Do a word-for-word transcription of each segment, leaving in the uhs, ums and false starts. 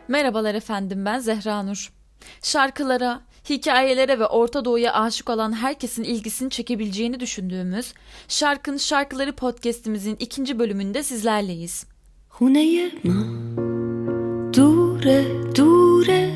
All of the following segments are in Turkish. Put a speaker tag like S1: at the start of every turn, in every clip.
S1: Merhabalar efendim, ben Zehra Nur. Şarkılara, hikayelere ve Orta Doğu'ya aşık olan herkesin ilgisini çekebileceğini düşündüğümüz Şarkın Şarkıları podcastimizin ikinci bölümünde sizlerleyiz.
S2: Huneye ma dure dure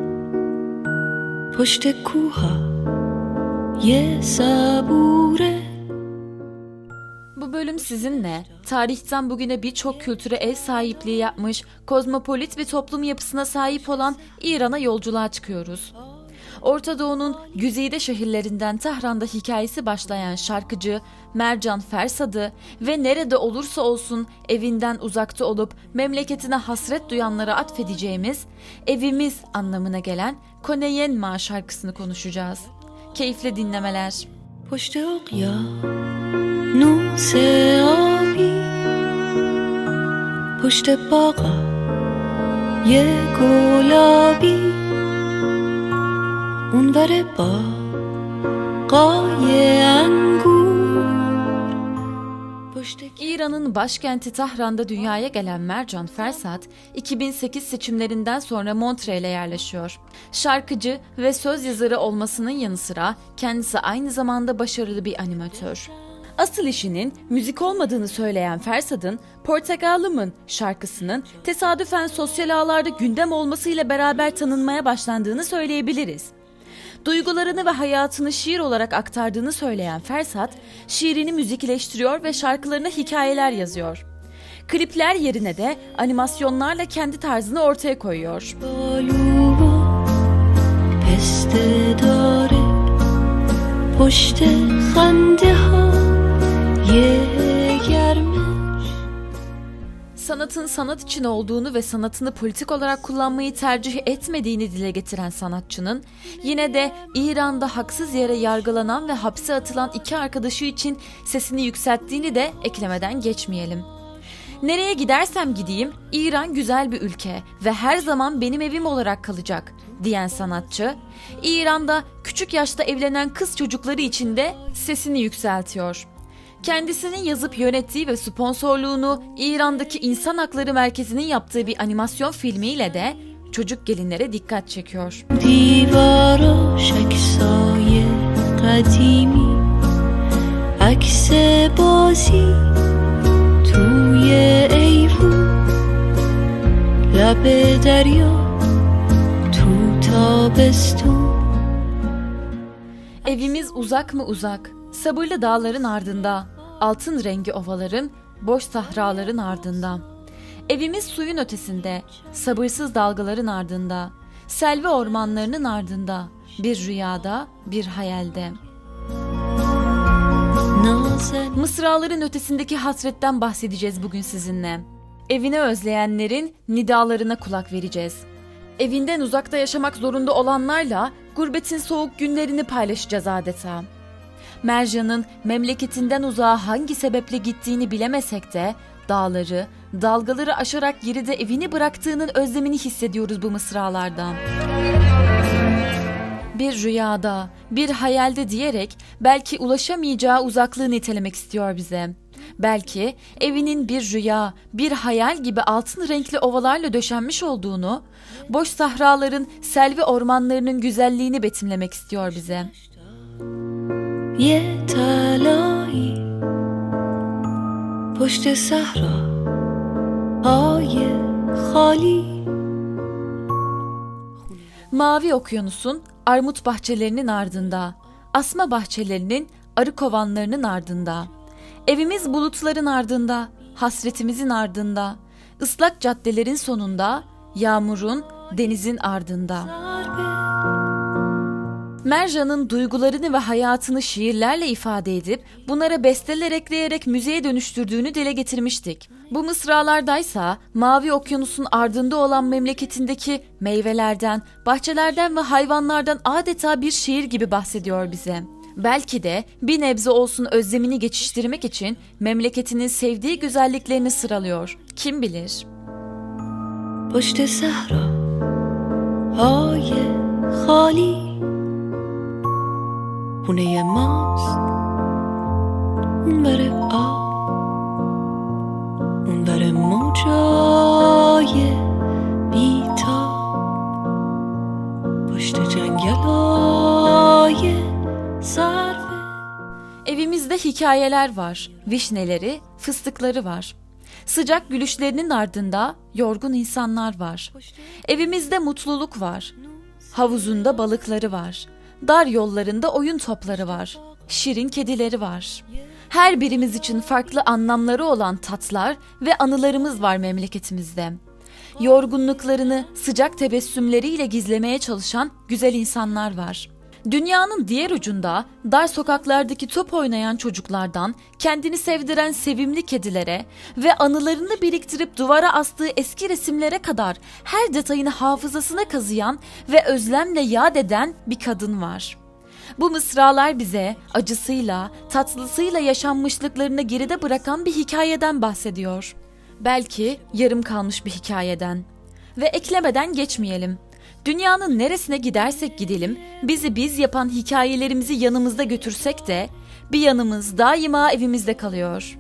S2: poşte kuha ye sabure.
S1: Bu bölüm sizinle tarihten bugüne birçok kültüre ev sahipliği yapmış, kozmopolit bir toplum yapısına sahip olan İran'a yolculuğa çıkıyoruz. Orta Doğu'nun güzide şehirlerinden Tahran'da hikayesi başlayan şarkıcı Mercan Fersad'ı ve nerede olursa olsun evinden uzakta olup memleketine hasret duyanlara atfedeceğimiz evimiz anlamına gelen Koneyen Ma şarkısını konuşacağız. Keyifli dinlemeler.
S2: Poşte okya nu se abi poşte bağa ye gulabi unvare bağa angur.
S1: İran'ın başkenti Tahran'da dünyaya gelen Mercan Fersad, iki bin sekiz seçimlerinden sonra Montreal'e yerleşiyor. Şarkıcı ve söz yazarı olmasının yanı sıra kendisi aynı zamanda başarılı bir animatör. Asıl işinin müzik olmadığını söyleyen Fersad'ın Portakalımın şarkısının tesadüfen sosyal ağlarda gündem olmasıyla beraber tanınmaya başlandığını söyleyebiliriz. Duygularını ve hayatını şiir olarak aktardığını söyleyen Fersad, şiirini müzikleştiriyor ve şarkılarına hikayeler yazıyor. Klipler yerine de animasyonlarla kendi tarzını ortaya koyuyor. Sanatın sanat için olduğunu ve sanatını politik olarak kullanmayı tercih etmediğini dile getiren sanatçının, yine de İran'da haksız yere yargılanan ve hapse atılan iki arkadaşı için sesini yükselttiğini de eklemeden geçmeyelim. Nereye gidersem gideyim, İran güzel bir ülke ve her zaman benim evim olarak kalacak diyen sanatçı, İran'da küçük yaşta evlenen kız çocukları için de sesini yükseltiyor. Kendisinin yazıp yönettiği ve sponsorluğunu İran'daki İnsan Hakları Merkezi'nin yaptığı bir animasyon filmiyle de çocuk gelinlere dikkat çekiyor.
S2: Divara şeksaye kadimi akse bazi tuye eyvu labe derya tu tabestun.
S1: Evimiz uzak mı uzak, sabırlı dağların ardında, altın rengi ovaların, boş sahraların ardında. Evimiz suyun ötesinde, sabırsız dalgaların ardında, selvi ormanlarının ardında, bir rüyada, bir hayalde. Mısraların ötesindeki hasretten bahsedeceğiz bugün sizinle. Evini özleyenlerin nidalarına kulak vereceğiz. Evinden uzakta yaşamak zorunda olanlarla gurbetin soğuk günlerini paylaşacağız adeta. Mercan'ın memleketinden uzağa hangi sebeple gittiğini bilemesek de dağları, dalgaları aşarak geride evini bıraktığının özlemini hissediyoruz bu mısralardan. Bir rüyada, bir hayalde diyerek belki ulaşamayacağı uzaklığı nitelemek istiyor bize. Belki evinin bir rüya, bir hayal gibi altın renkli ovalarla döşenmiş olduğunu, boş sahraların, selvi ormanlarının güzelliğini betimlemek istiyor bize.
S2: Ye talai poşte sahra aye khali.
S1: Mavi okyanusun armut bahçelerinin ardında, asma bahçelerinin arı kovanlarının ardında, evimiz bulutların ardında, hasretimizin ardında, ıslak caddelerin sonunda, yağmurun, denizin ardında. Mercan'ın duygularını ve hayatını şiirlerle ifade edip bunlara besteler ekleyerek müziğe dönüştürdüğünü dile getirmiştik. Bu mısralardaysa mavi okyanusun ardında olan memleketindeki meyvelerden, bahçelerden ve hayvanlardan adeta bir şiir gibi bahsediyor bize. Belki de bir nebze olsun özlemini geçiştirmek için memleketinin sevdiği güzelliklerini sıralıyor. Kim bilir?
S2: Poşte sahra haye khali Huneye mast unvare ab unvare mojaye bita.
S1: hikayeler var, vişneleri, fıstıkları var. Sıcak gülüşlerinin ardında yorgun insanlar var. Evimizde mutluluk var. Havuzunda balıkları var. Dar yollarında oyun topları var. Şirin kedileri var. Her birimiz için farklı anlamları olan tatlar ve anılarımız var memleketimizde. Yorgunluklarını sıcak tebessümleriyle gizlemeye çalışan güzel insanlar var. Dünyanın diğer ucunda dar sokaklardaki top oynayan çocuklardan kendini sevdiren sevimli kedilere ve anılarını biriktirip duvara astığı eski resimlere kadar her detayını hafızasına kazıyan ve özlemle yad eden bir kadın var. Bu mısralar bize acısıyla, tatlısıyla yaşanmışlıklarını geride bırakan bir hikayeden bahsediyor. Belki yarım kalmış bir hikayeden. Ve eklemeden geçmeyelim. Dünyanın neresine gidersek gidelim, bizi biz yapan hikayelerimizi yanımızda götürsek de bir yanımız daima evimizde kalıyor.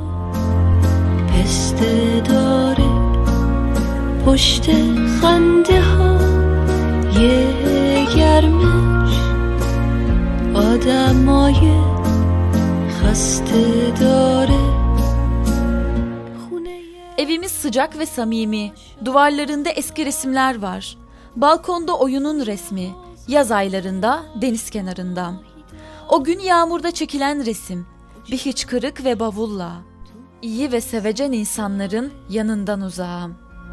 S2: پسته داره پشت خنده ها یه گرمش آدمای خسته داره.
S1: Evimiz sıcak ve samimi. Duvarlarında eski resimler var. Balkonda oyunun resmi. Yaz aylarında deniz kenarında. O gün yağmurda çekilen resim. Bir hıçkırık ve bavulla. İyi ve sevecen insanların yanından uzağım.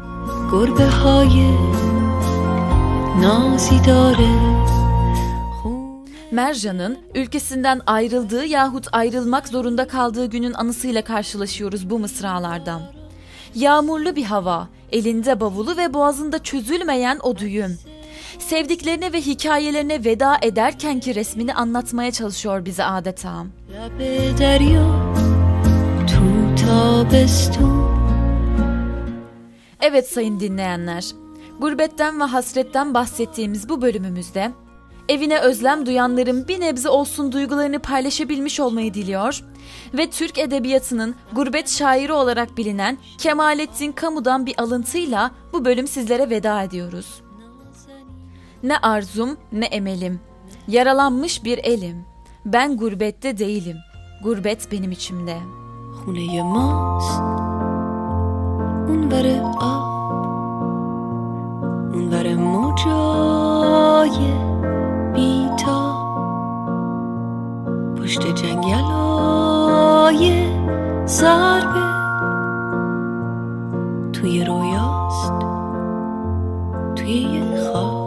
S1: Mercan'ın ülkesinden ayrıldığı yahut ayrılmak zorunda kaldığı günün anısıyla karşılaşıyoruz bu mısralardan. Yağmurlu bir hava, elinde bavulu ve boğazında çözülmeyen o düğüm. Sevdiklerine ve hikayelerine veda ederkenki resmini anlatmaya çalışıyor bize adeta. Evet sayın dinleyenler, gurbetten ve hasretten bahsettiğimiz bu bölümümüzde evine özlem duyanların bir nebze olsun duygularını paylaşabilmiş olmayı diliyor ve Türk edebiyatının gurbet şairi olarak bilinen Kemalettin Kamu'dan bir alıntıyla bu bölüm sizlere veda ediyoruz. Ne arzum ne emelim, yaralanmış bir elim, ben gurbette değilim, gurbet benim içimde.
S2: خونه ماست اون ور آب اون ور موجای بی‌تاب پشت جنگلای ضربه توی رویاست توی یه خواب